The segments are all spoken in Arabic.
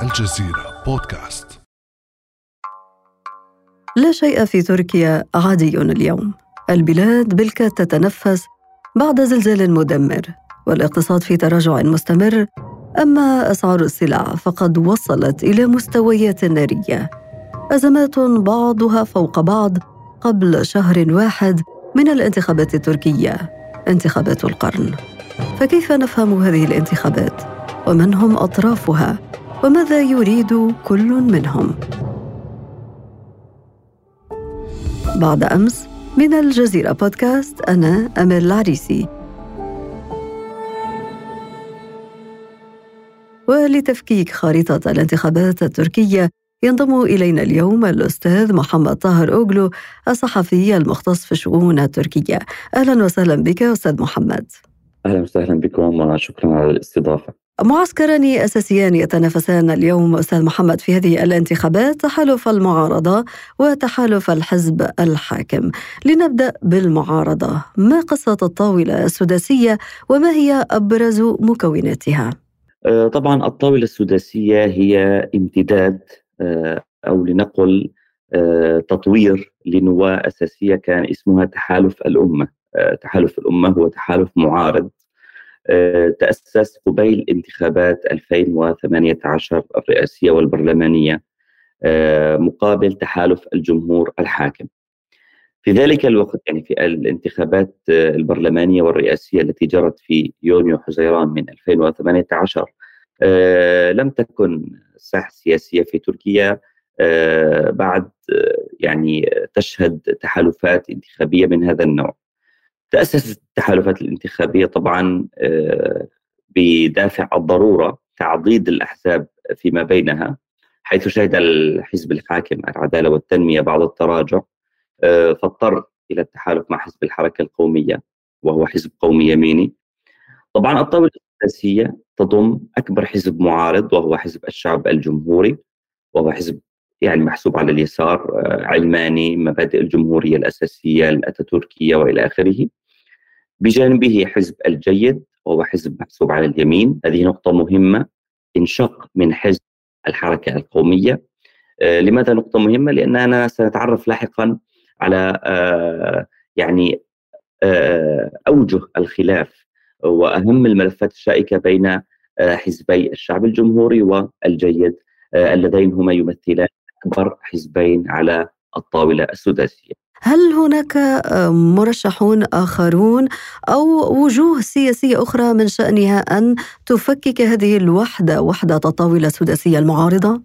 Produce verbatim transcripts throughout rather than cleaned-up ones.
الجزيرة بودكاست. لا شيء في تركيا عادي اليوم. البلاد بالكاد تتنفس بعد زلزال مدمر، والاقتصاد في تراجع مستمر، أما أسعار السلع فقد وصلت إلى مستويات نارية. أزمات بعضها فوق بعض قبل شهر واحد من الانتخابات التركية، انتخابات القرن. فكيف نفهم هذه الانتخابات؟ ومن هم أطرافها؟ وماذا يريد كل منهم؟ بعد أمس من الجزيرة بودكاست، أنا أمل العريسي. ولتفكيك خريطة الانتخابات التركية ينضم إلينا اليوم الأستاذ محمد طاهر أوغلو، الصحفي المختص في الشؤون التركية. أهلا وسهلا بك أستاذ محمد. أهلا وسهلا بكم وشكرا على الاستضافة. معسكران أساسيان يتنافسان اليوم أستاذ محمد في هذه الانتخابات، تحالف المعارضة وتحالف الحزب الحاكم. لنبدأ بالمعارضة، ما قصة الطاولة السداسية وما هي أبرز مكوناتها؟ طبعا الطاولة السداسية هي امتداد أو لنقل تطوير لنواة أساسية كان اسمها تحالف الأمة. تحالف الأمة هو تحالف معارض تأسس قبيل انتخابات ألفين وثمانية عشر الرئاسية والبرلمانية مقابل تحالف الجمهور الحاكم. في ذلك الوقت، يعني في الانتخابات البرلمانية والرئاسية التي جرت في يونيو حزيران من ألفين وثمانية عشر، لم تكن الساحة السياسية في تركيا بعد يعني تشهد تحالفات انتخابية من هذا النوع. تأسست التحالفات الانتخابية طبعا بدافع الضرورة تعضيد الأحزاب فيما بينها، حيث شهد الحزب الحاكم العدالة والتنمية بعض التراجع، فاضطر إلى التحالف مع حزب الحركة القومية وهو حزب قومي يميني. طبعا الطاولة السياسية تضم أكبر حزب معارض وهو حزب الشعب الجمهوري، وهو حزب يعني محسوب على اليسار، علماني، مبادئ الجمهورية الأساسية الأتاتوركية وإلى آخره. بجانبه حزب الجيد وهو حزب محسوب على اليمين، هذه نقطة مهمة، انشق من حزب الحركة القومية. آه لماذا نقطة مهمة؟ لأننا سنتعرف لاحقا على آه يعني آه أوجه الخلاف وأهم الملفات الشائكة بين آه حزبي الشعب الجمهوري والجيد، آه اللذين هما يمثلان أكبر حزبين على الطاولة السداسية. هل هناك مرشحون آخرون أو وجوه سياسية أخرى من شأنها أن تفكك هذه الوحدة، وحدة الطاولة السداسية المعارضة؟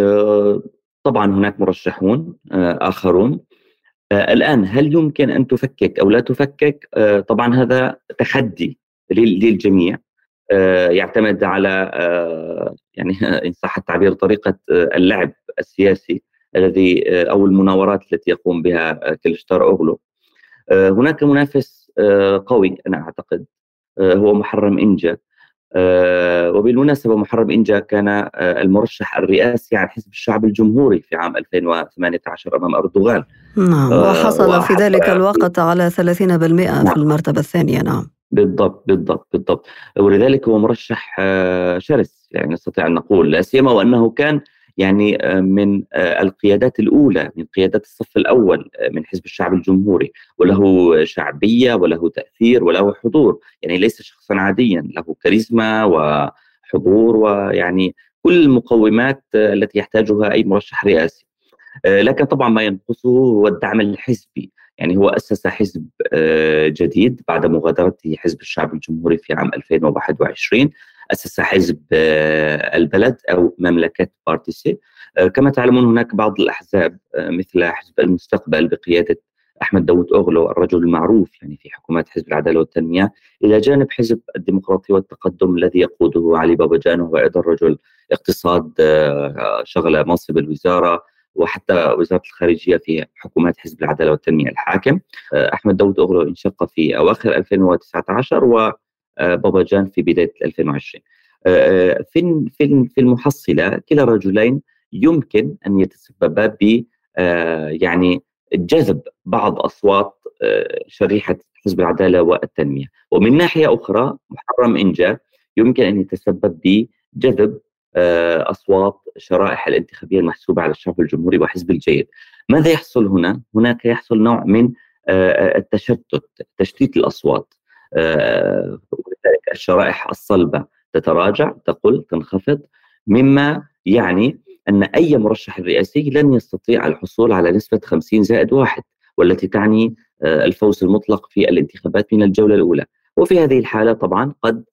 طبعا هناك مرشحون آخرون. الآن هل يمكن أن تفكك أو لا تفكك؟ طبعا هذا تحدي للجميع، يعتمد على يعني إن صح التعبير طريقة اللعب السياسي الذي أو المناورات التي يقوم بها كليشدار أوغلو. هناك منافس قوي أنا أعتقد هو محرم إنجا، وبالمناسبة محرم إنجا كان المرشح الرئاسي عن حزب الشعب الجمهوري في عام ألفين وثمانية عشر أمام أردوغان. نعم، وحصل في ذلك الوقت على ثلاثين بالمئة في المرتبة الثانية. نعم بالضبط بالضبط بالضبط ولذلك هو مرشح شرس، يعني نستطيع أن نقول، لا سيما وأنه كان يعني من القيادات الأولى، من قيادات الصف الأول من حزب الشعب الجمهوري، وله شعبية وله تأثير وله حضور، يعني ليس شخصا عاديا، له كاريزما وحضور ويعني كل المقومات التي يحتاجها أي مرشح رئاسي. لكن طبعا ما ينقصه هو الدعم الحزبي، يعني هو أسس حزب جديد بعد مغادرته حزب الشعب الجمهوري في عام ألفين وواحد وعشرين، أسس حزب البلد أو مملكة بارتيسي. كما تعلمون هناك بعض الأحزاب مثل حزب المستقبل بقيادة أحمد داوود أوغلو الرجل المعروف يعني في حكومات حزب العدالة والتنمية، إلى جانب حزب الديمقراطية والتقدم الذي يقوده علي باباجان، وهو أيضا رجل اقتصاد شغل منصب الوزارة وحتى وزارة الخارجية في حكومات حزب العدالة والتنمية الحاكم. أحمد داوود أوغلو انشق في أواخر ألفين وتسعة عشر وباباجان في بداية ألفين وعشرين. في في المحصلة كلا الرجلين يمكن أن يتسببا ب يعني جذب بعض أصوات شريحة حزب العدالة والتنمية، ومن ناحية أخرى محرم إنجا يمكن أن يتسبب بجذب أصوات شرائح الانتخابية المحسوبة على الشعب الجمهوري وحزب الجيد. ماذا يحصل هنا؟ هناك يحصل نوع من التشتت، تشتيت الأصوات، ولذلك الشرائح الصلبة تتراجع، تقل، تنخفض، مما يعني أن أي مرشح رئاسي لن يستطيع الحصول على نسبة خمسين زائد واحد، والتي تعني الفوز المطلق في الانتخابات من الجولة الأولى. وفي هذه الحالة طبعا قد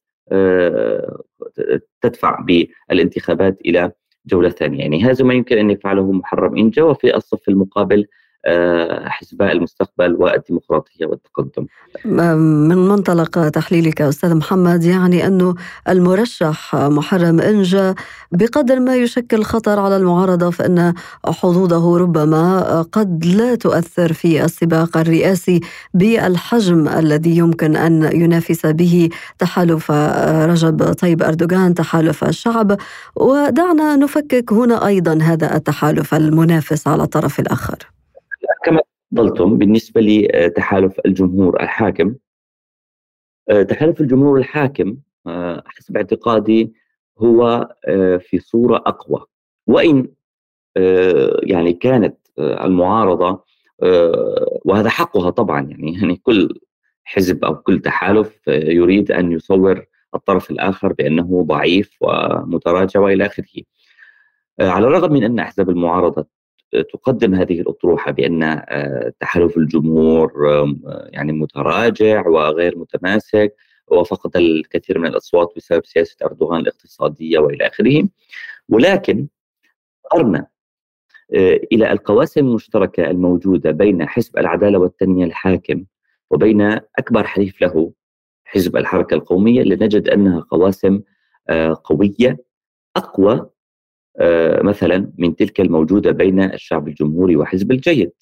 تدفع بالانتخابات إلى جولة ثانية. يعني هذا ما يمكن أن يفعله محرم إنجا، وفي الصف المقابل حزباء المستقبل والديمقراطية والتقدم. من منطلق تحليلك أستاذ محمد، يعني أنه المرشح محرم إنجا بقدر ما يشكل خطر على المعارضة، فإن حظوظه ربما قد لا تؤثر في السباق الرئاسي بالحجم الذي يمكن أن ينافس به تحالف رجب طيب أردوغان، تحالف الشعب. ودعنا نفكك هنا أيضا هذا التحالف المنافس على الطرف الآخر. كما تفضلتم بالنسبة لتحالف الجمهور الحاكم، تحالف الجمهور الحاكم حسب اعتقادي هو في صورة أقوى، وإن يعني كانت المعارضة، وهذا حقها طبعا، يعني يعني كل حزب أو كل تحالف يريد أن يصور الطرف الآخر بأنه ضعيف ومتراجع وإلى آخره. على الرغم من أن أحزاب المعارضة تقدم هذه الأطروحة بأن تحالف الجمهور يعني متراجع وغير متماسك وفقد الكثير من الأصوات بسبب سياسة أردوغان الاقتصادية وإلى آخره، ولكن نظرنا إلى القواسم المشتركة الموجودة بين حزب العدالة والتنمية الحاكم وبين أكبر حليف له حزب الحركة القومية، لنجد أنها قواسم قوية أقوى مثلا من تلك الموجودة بين الشعب الجمهوري وحزب الجيد.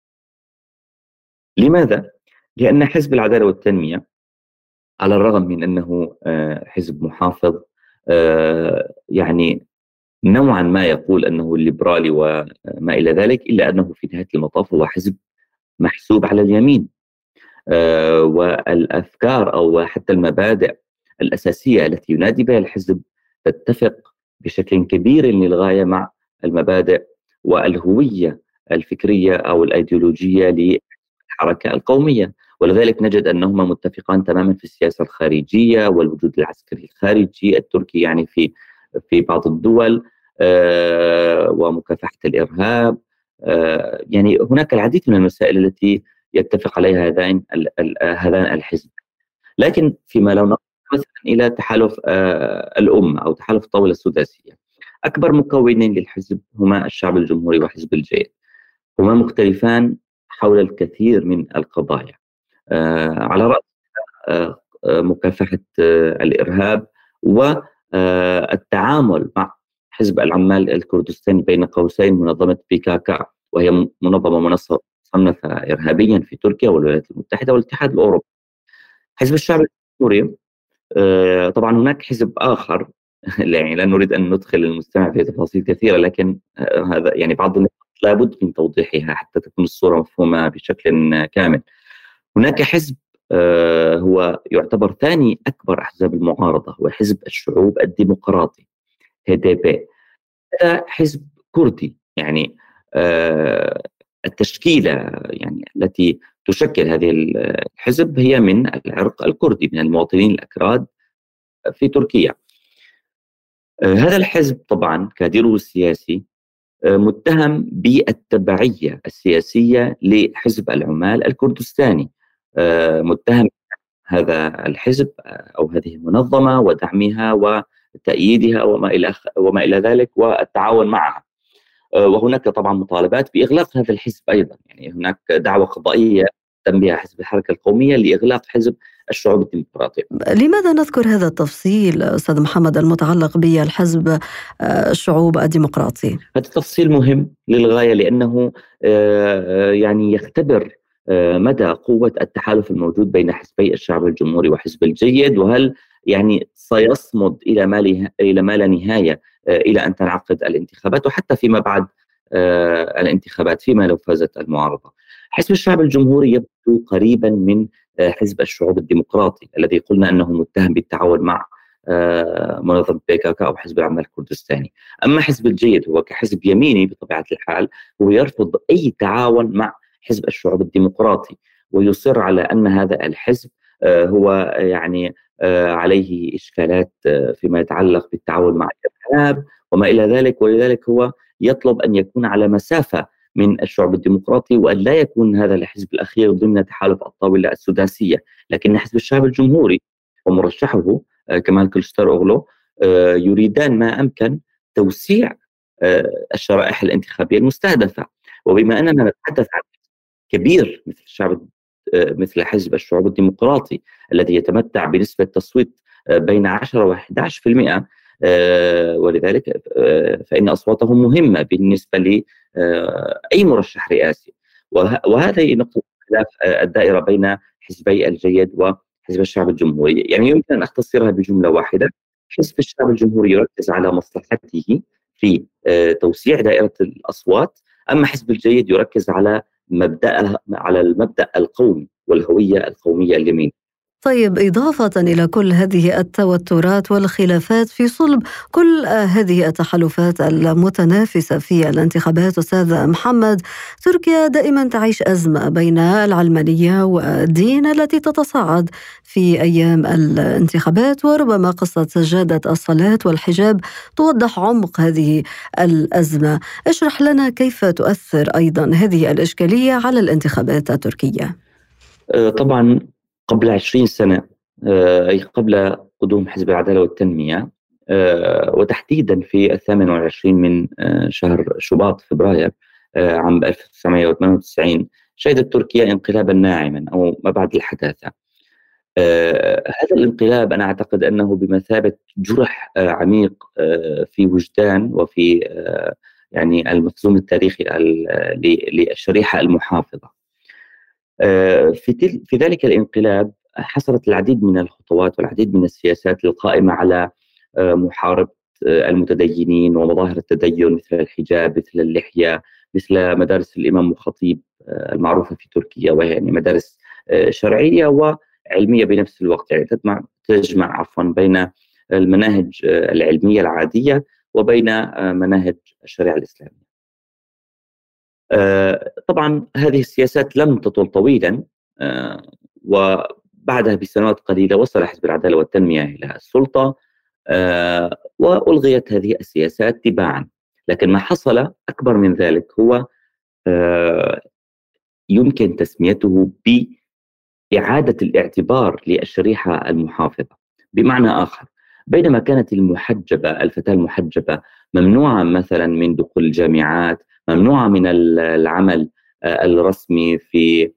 لماذا؟ لأن حزب العدالة والتنمية على الرغم من أنه حزب محافظ، يعني نوعا ما يقول أنه الليبرالي وما إلى ذلك، إلا أنه في نهاية المطاف هو حزب محسوب على اليمين، والأفكار أو حتى المبادئ الأساسية التي ينادي بها الحزب تتفق بشكل كبير للغاية مع المبادئ والهوية الفكرية أو الأيديولوجية للحركة القومية، ولذلك نجد أنهما متفقان تماما في السياسة الخارجية والوجود العسكري الخارجي التركي يعني في في بعض الدول، آه ومكافحة الإرهاب. آه يعني هناك العديد من المسائل التي يتفق عليها هذان هذان الحزب. لكن فيما لو نظر مثلا إلى تحالف آه الأمة أو تحالف الطاولة السداسية، أكبر مكونين للحزب هما الشعب الجمهوري وحزب الجيد، هما مختلفان حول الكثير من القضايا، آه على رأس آه مكافحة آه الإرهاب والتعامل مع حزب العمال الكردستاني بين قوسين منظمة بي كي كي، وهي منظمة مصنفة إرهابيا في تركيا والولايات المتحدة والاتحاد الأوروبي. حزب الشعب الجمهوري آه طبعا هناك حزب آخر يعني لا نريد أن ندخل المستمع في تفاصيل كثيرة، لكن آه هذا يعني بعض النقاط لابد من توضيحها حتى تكون الصورة مفهومة بشكل كامل. هناك حزب آه هو يعتبر ثاني أكبر أحزاب المعارضة، هو حزب الشعوب الديمقراطي هي دي بي. هذا حزب كردي، يعني آه التشكيلة يعني التي تشكل هذه الحزب هي من العرق الكردي، من المواطنين الأكراد في تركيا. آه هذا الحزب طبعا كادره السياسي آه متهم بالتبعية السياسية لحزب العمال الكردستاني، آه متهم هذا الحزب أو هذه المنظمة ودعمها وتأييدها وما إلى وما إلى ذلك والتعاون معها. وهناك طبعا مطالبات بإغلاق هذا الحزب أيضا، يعني هناك دعوة قضائية تم بها حزب الحركة القومية لإغلاق حزب الشعوب الديمقراطية. لماذا نذكر هذا التفصيل أستاذ محمد المتعلق بالحزب الشعوب الديمقراطي؟ هذا التفصيل مهم للغاية، لأنه يعني يختبر مدى قوة التحالف الموجود بين حزبي الشعب الجمهوري وحزب الجيد، وهل يعني سيصمد إلى ما إلى ما لا نهاية إلى أن تنعقد الانتخابات، وحتى فيما بعد الانتخابات فيما لو فازت المعارضة. حزب الشعب الجمهوري يبدو قريبا من حزب الشعوب الديمقراطي الذي قلنا أنه متهم بالتعاون مع منظمة بي كي كي أو حزب العمال الكردستاني. أما حزب الجيد هو كحزب يميني بطبيعة الحال، هو يرفض أي تعاون مع حزب الشعوب الديمقراطي، ويصر على أن هذا الحزب هو يعني عليه إشكالات فيما يتعلق بالتعاون مع الإرهاب وما إلى ذلك، ولذلك هو يطلب أن يكون على مسافة من الشعب الديمقراطي، وأن لا يكون هذا الحزب الأخير ضمن تحالف الطاولة السداسية. لكن حزب الشعب الجمهوري ومرشحه كمال كلشتاروغلو يريدان ما أمكن توسيع الشرائح الانتخابية المستهدفة. وبما أننا نتحدث عن كبير مثل الشعب مثل حزب الشعوب الديمقراطي الذي يتمتع بنسبة تصويت بين عشرة وأحد عشر بالمئة، ولذلك فإن أصواتهم مهمة بالنسبة لأي مرشح رئاسي. وهذه نقطة خلاف الدائرة بين حزبي الجيد وحزب الشعب الجمهوري. يعني يمكن أن أختصرها بجملة واحدة: حزب الشعب الجمهوري يركز على مصلحته في توسيع دائرة الأصوات، أما حزب الجيد يركز على مبدأ على المبدأ القومي والهوية القومية اليمين. طيب، إضافة إلى كل هذه التوترات والخلافات في صلب كل هذه التحالفات المتنافسة في الانتخابات، أستاذ محمد، تركيا دائما تعيش أزمة بين العلمانية والدين التي تتصاعد في أيام الانتخابات، وربما قصة سجادة الصلاة والحجاب توضح عمق هذه الأزمة. اشرح لنا كيف تؤثر أيضا هذه الإشكالية على الانتخابات التركية. طبعا قبل عشرين سنة، أي قبل قدوم حزب العدالة والتنمية، وتحديدا في الثامن والعشرين من شهر شباط فبراير عام ألف وتسعمائة وثمانية وتسعين، شهدت تركيا انقلابا ناعما أو ما بعد الحداثة. هذا الانقلاب أنا أعتقد أنه بمثابة جرح عميق في وجدان وفي يعني المخزون التاريخي للشريحة المحافظة. في في ذلك الانقلاب حصلت العديد من الخطوات والعديد من السياسات القائمة على محاربة المتدينين ومظاهر التدين مثل الحجاب، مثل اللحية، مثل مدارس الإمام الخطيب المعروفة في تركيا، وهي يعني مدارس شرعية وعلمية بنفس الوقت، يعني تجمع تجمع عفوا بين المناهج العلمية العادية وبين مناهج الشريعة الإسلامية. آه طبعا هذه السياسات لم تطل طويلا، آه وبعدها بسنوات قليلة وصل حزب العدالة والتنمية إلى السلطة، آه وألغيت هذه السياسات تباعا. لكن ما حصل أكبر من ذلك هو آه يمكن تسميته بإعادة الاعتبار للشريحة المحافظة. بمعنى آخر، بينما كانت المحجبة الفتاة المحجبة ممنوعة مثلا من دخول الجامعات، ممنوعة من العمل الرسمي في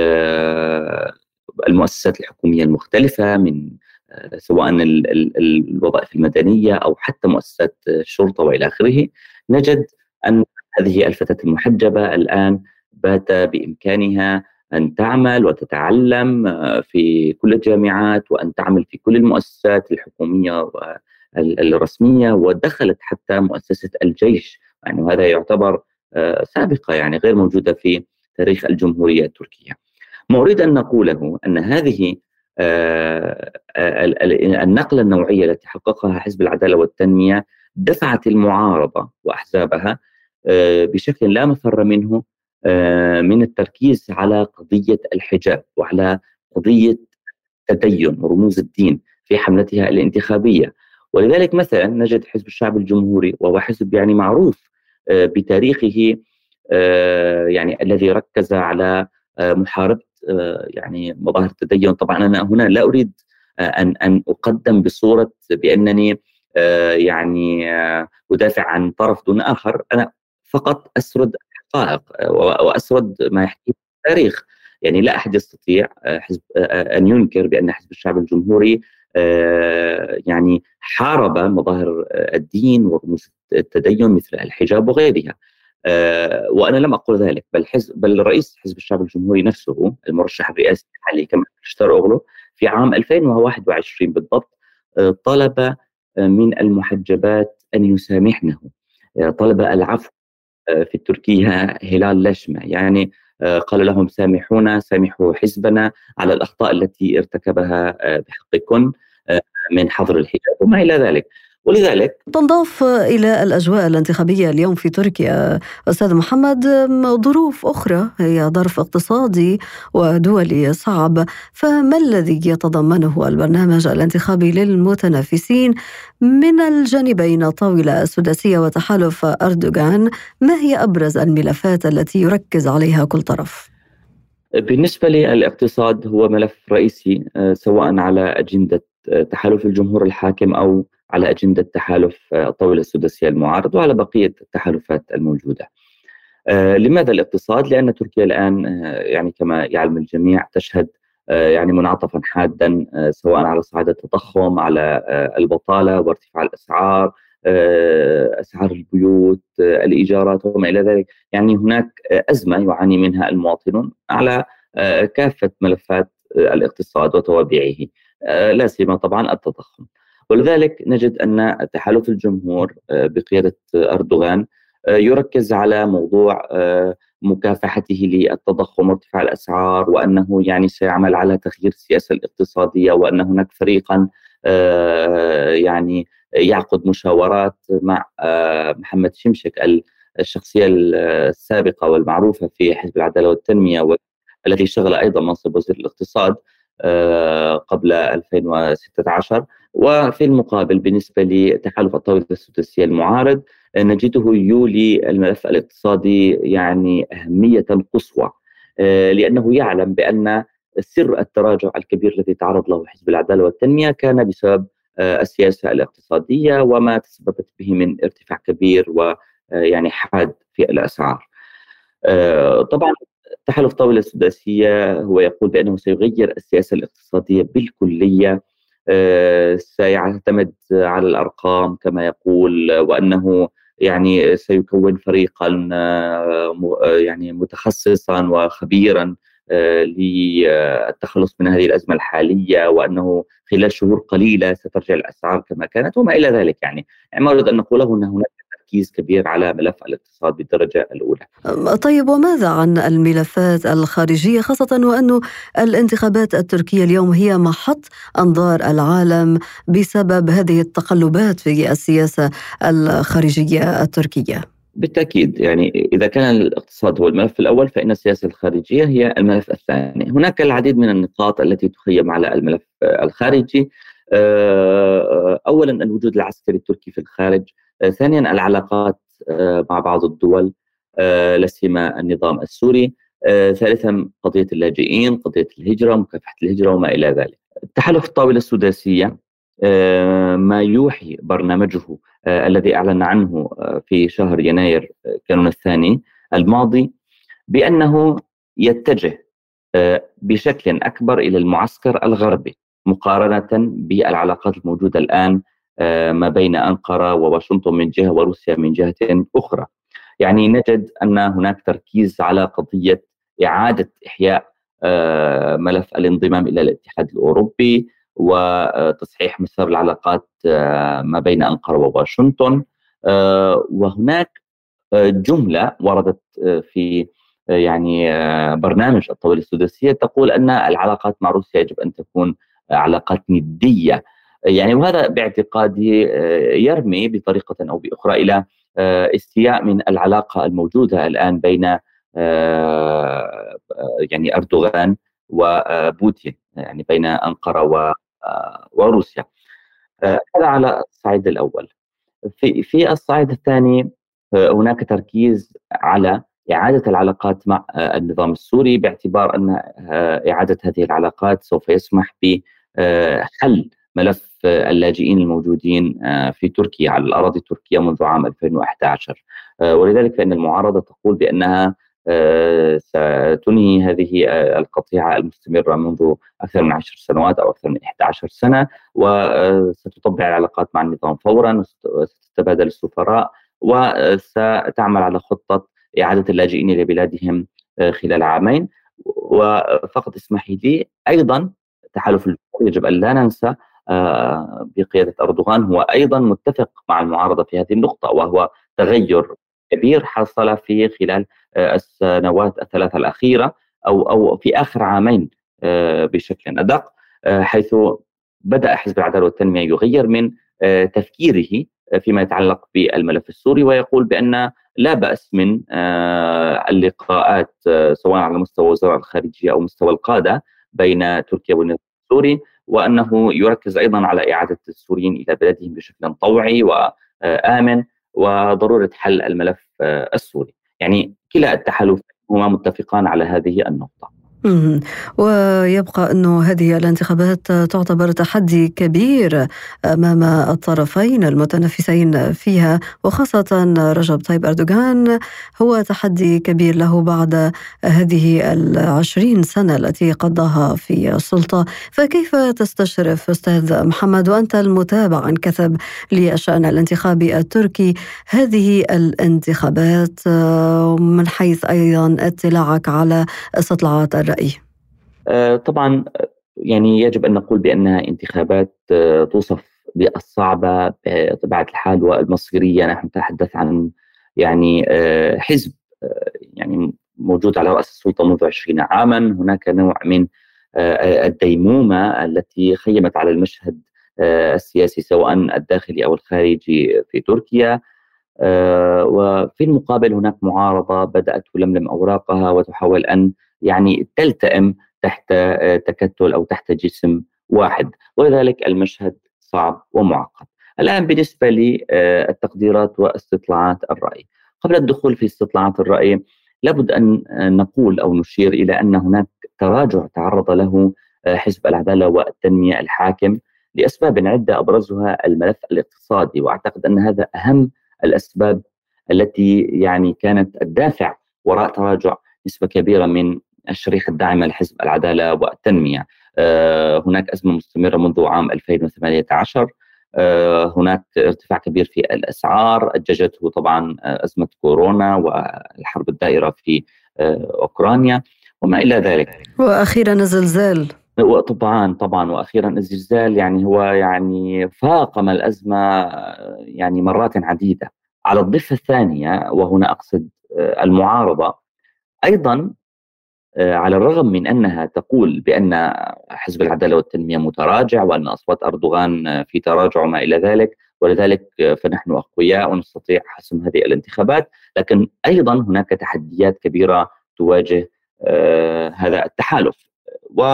المؤسسات الحكومية المختلفة، من سواء الوظائف المدنية أو حتى مؤسسات الشرطة وإلى آخره، نجد أن هذه الفتاة المحجبة الآن بات بإمكانها أن تعمل وتتعلم في كل الجامعات، وأن تعمل في كل المؤسسات الحكومية الرسمية، ودخلت حتى مؤسسة الجيش، يعني هذا يعتبر سابقة يعني غير موجودة في تاريخ الجمهورية التركية. ما أريد أن نقوله أن هذه النقلة النوعية التي حققها حزب العدالة والتنمية دفعت المعارضة وأحزابها بشكل لا مفر منه من التركيز على قضية الحجاب وعلى قضية تدين ورموز الدين في حملتها الانتخابية. ولذلك مثلا نجد حزب الشعب الجمهوري، وهو حزب يعني معروف بتاريخه يعني الذي ركز على محاربة يعني مظاهر التدين. طبعا أنا هنا لا أريد أن أن أقدم بصورة بأنني يعني أدافع عن طرف دون آخر، أنا فقط أسرد الحقائق وأسرد ما يحكيه التاريخ. يعني لا أحد يستطيع حزب أن ينكر بأن حزب الشعب الجمهوري يعني حارب مظاهر الدين ورموز التدين مثل الحجاب وغيرها، وأنا لم أقول ذلك، بل حزب بل رئيس حزب الشعب الجمهوري نفسه المرشح الرئاسي الحالي كمال كلشتاروغلو في عام ألفين وواحد وعشرين بالضبط طلب من المحجبات أن يسامحنه، طلب العفو. في التركية هلال لشمة، يعني قال لهم سامحونا، سامحوا حزبنا على الأخطاء التي ارتكبها بحقكم من حظر الحجاب وما إلى ذلك. ولذلك تنضاف إلى الأجواء الانتخابية اليوم في تركيا أستاذ محمد ظروف أخرى، هي ظرف اقتصادي ودولي صعب، فما الذي يتضمنه البرنامج الانتخابي للمتنافسين من الجانبين الطاولة السداسية وتحالف أردوغان؟ ما هي أبرز الملفات التي يركز عليها كل طرف؟ بالنسبة للاقتصاد هو ملف رئيسي، سواء على أجندة تحالف الجمهور الحاكم أو على أجندة تحالف الطاولة السداسية المعارض وعلى بقية التحالفات الموجودة. آه لماذا الاقتصاد؟ لأن تركيا الآن آه يعني كما يعلم الجميع تشهد آه يعني منعطفا حادا، آه سواء على صعيد التضخم، على آه البطالة وارتفاع الأسعار، آه أسعار البيوت، آه الإيجارات وما إلى ذلك. يعني هناك آه أزمة يعاني منها المواطنون على آه كافة ملفات آه الاقتصاد وتوابعه، آه لا سيما طبعا التضخم. ولذلك نجد أن تحالف الجمهور آه بقيادة أردوغان يركز على موضوع مكافحته للتضخم وارتفاع الأسعار، وأنه يعني سيعمل على تغيير السياسة الاقتصادية، وأن هناك فريقا يعني يعقد مشاورات مع محمد شمشك الشخصية السابقة والمعروفة في حزب العدالة والتنمية، والذي اشتغل أيضا منصب وزير الاقتصاد قبل ألفين وستة عشر. وفي المقابل بالنسبة لتحالف الطاولة السداسية المعارض نجده يولي الملف الاقتصادي يعني أهمية قصوى، لأنه يعلم بأن سر التراجع الكبير الذي تعرض له حزب العدالة والتنمية كان بسبب السياسة الاقتصادية وما تسببت به من ارتفاع كبير ويعني حاد في الأسعار. طبعا تحالف الطاولة السداسية هو يقول بأنه سيغير السياسة الاقتصادية بالكلية، سيعتمد على الأرقام كما يقول، وأنه يعني سيكون فريقا يعني متخصصا وخبيرا للتخلص من هذه الأزمة الحالية، وأنه خلال شهور قليلة سترجع الأسعار كما كانت وما إلى ذلك. يعني ما أريد أن نقوله أن هناك تركيز كبير على ملف الاقتصاد بالدرجة الأولى. طيب، وماذا عن الملفات الخارجية، خاصة وأن الانتخابات التركية اليوم هي محط أنظار العالم بسبب هذه التقلبات في السياسة الخارجية التركية؟ بالتأكيد، يعني إذا كان الاقتصاد هو الملف الأول فإن السياسة الخارجية هي الملف الثاني. هناك العديد من النقاط التي تخيم على الملف الخارجي. أولا الوجود العسكري التركي في الخارج، ثانيا العلاقات مع بعض الدول لا سيما النظام السوري، ثالثا قضية اللاجئين، قضية الهجرة، مكافحة الهجرة وما إلى ذلك. تحالف الطاولة السداسية ما يوحي برنامجه الذي أعلن عنه في شهر يناير كانون الثاني الماضي بأنه يتجه بشكل أكبر إلى المعسكر الغربي مقارنة بالعلاقات الموجودة الآن ما بين أنقرة وواشنطن من جهة وروسيا من جهة أخرى. يعني نجد أن هناك تركيز على قضية إعادة إحياء ملف الانضمام إلى الاتحاد الأوروبي وتصحيح مسار العلاقات ما بين أنقرة وواشنطن. وهناك جملة وردت في يعني برنامج الطاولة السداسية تقول أن العلاقات مع روسيا يجب أن تكون علاقات ندية. يعني وهذا باعتقادي يرمي بطريقة أو بأخرى إلى استياء من العلاقة الموجودة الآن بين يعني أردوغان وبوتين، يعني بين أنقرة وروسيا. هذا على الصعيد الأول. في في الصعيد الثاني هناك تركيز على إعادة العلاقات مع النظام السوري، باعتبار أن إعادة هذه العلاقات سوف يسمح بحل ملف اللاجئين الموجودين في تركيا على الأراضي التركية منذ عام ألفين وأحد عشر. ولذلك فإن المعارضة تقول بأنها ستنهي هذه القطيعة المستمرة منذ أكثر من عشر سنوات أو أكثر من إحدى عشرة سنة، وستطبع العلاقات مع النظام فورا، وستتبادل السفراء، وستعمل على خطة إعادة اللاجئين إلى بلادهم خلال عامين. وفقط اسمحي لي أيضا تحالف الجمهور يجب أن لا ننسى بقيادة أردوغان هو أيضا متفق مع المعارضة في هذه النقطة، وهو تغير كبير حصل في خلال السنوات الثلاثة الأخيرة أو أو في آخر عامين بشكل أدق، حيث بدأ حزب العدالة والتنمية يغير من تفكيره فيما يتعلق بالملف السوري، ويقول بأن لا بأس من اللقاءات سواء على مستوى وزراء الخارجية أو مستوى القادة بين تركيا والنظام السوري، وأنه يركز أيضا على إعادة السوريين إلى بلادهم بشكل طوعي وآمن وضرورة حل الملف السوري. يعني كلا التحالفين هما متفقان على هذه النقطة. ويبقى أنه هذه الانتخابات تعتبر تحدي كبير أمام الطرفين المتنافسين فيها، وخاصة رجب طيب أردوغان هو تحدي كبير له بعد هذه العشرين سنة التي قضاها في السلطة. فكيف تستشرف أستاذ محمد وأنت المتابع عن كثب للشأن الانتخابي التركي هذه الانتخابات من حيث أيضا اطلاعك على استطلاعات الرأي؟ آه طبعا يعني يجب أن نقول بأنها انتخابات آه توصف بالصعبة بطبيعة الحال والمصيرية. نحن نتحدث عن يعني آه حزب آه يعني موجود على رأس السلطة منذ عشرين عاما. هناك نوع من آه الديمومة التي خيمت على المشهد آه السياسي سواء الداخلي أو الخارجي في تركيا. آه وفي المقابل هناك معارضة بدأت تلملم أوراقها وتحاول أن يعني تلتئم تحت تكتل أو تحت جسم واحد، ولذلك المشهد صعب ومعقد. الآن بالنسبة للتقديرات واستطلاعات الرأي، قبل الدخول في استطلاعات الرأي لابد أن نقول أو نشير إلى أن هناك تراجع تعرض له حزب العدالة والتنمية الحاكم لأسباب عدة أبرزها الملف الاقتصادي، وأعتقد أن هذا أهم الأسباب التي يعني كانت الدافع وراء تراجع نسبة كبيرة من الشريحة الداعمة لحزب العدالة والتنمية. آه هناك أزمة مستمرة منذ عام ألفين وثمانية عشر. آه هناك ارتفاع كبير في الأسعار أججته طبعا أزمة كورونا والحرب الدائرة في آه أوكرانيا وما إلى ذلك، وأخيرا الزلزال. وطبعا طبعا وأخيرا الزلزال يعني هو يعني فاقم الأزمة يعني مرات عديدة. على الضفة الثانية وهنا أقصد آه المعارضة أيضا، على الرغم من أنها تقول بأن حزب العدالة والتنمية متراجع وأن أصوات أردوغان في تراجع وما إلى ذلك، ولذلك فنحن أقوياء ونستطيع حسم هذه الانتخابات، لكن أيضا هناك تحديات كبيرة تواجه آه هذا التحالف. و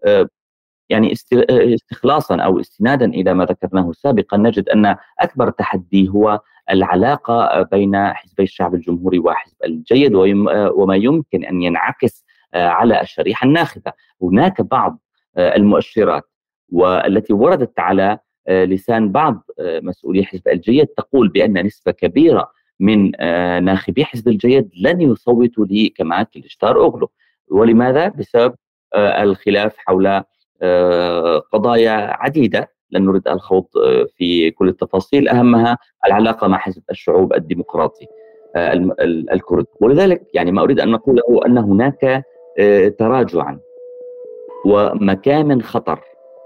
يعني استخلاصا أو استنادا إلى ما ذكرناه سابقا نجد أن أكبر تحدي هو العلاقة بين حزبي الشعب الجمهوري وحزب الجيد وما يمكن أن ينعكس على الشريحة الناخبة. هناك بعض المؤشرات والتي وردت على لسان بعض مسؤولي حزب الجيد تقول بأن نسبة كبيرة من ناخبي حزب الجيد لن يصوتوا لكمال كليشداروغلو. ولماذا؟ بسبب الخلاف حول قضايا عديدة لن نريد الخوض في كل التفاصيل، أهمها العلاقة مع حزب الشعوب الديمقراطي الكرد. ولذلك يعني ما أريد أن نقوله أن هناك تراجعا ومكامن خطر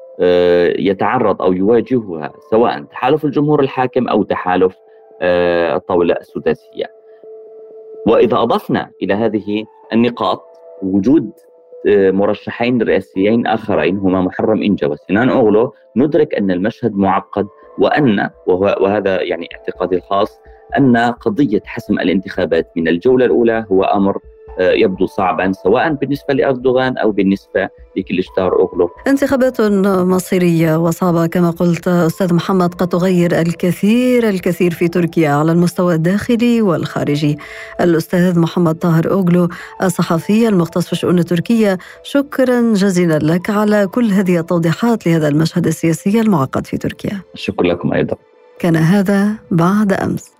يتعرض أو يواجهها سواء تحالف الجمهور الحاكم أو تحالف الطاولة السداسية. وإذا أضفنا إلى هذه النقاط وجود مرشحين رئاسيين آخرين هما محرم إنجا وسنان أوغلو، ندرك أن المشهد معقد، وأن وهذا يعني اعتقادي الخاص أن قضية حسم الانتخابات من الجولة الأولى هو أمر يبدو صعبا سواء بالنسبة لأردوغان أو بالنسبة لكليشداروغلو. انتخابات مصيرية وصعبة كما قلت أستاذ محمد، قد تغير الكثير الكثير في تركيا على المستوى الداخلي والخارجي. الأستاذ محمد طاهر أوغلو الصحفي المختص في الشؤون التركية، شكرا جزيلا لك على كل هذه التوضيحات لهذا المشهد السياسي المعقد في تركيا. شكرا لكم أيضا. كان هذا بعد أمس.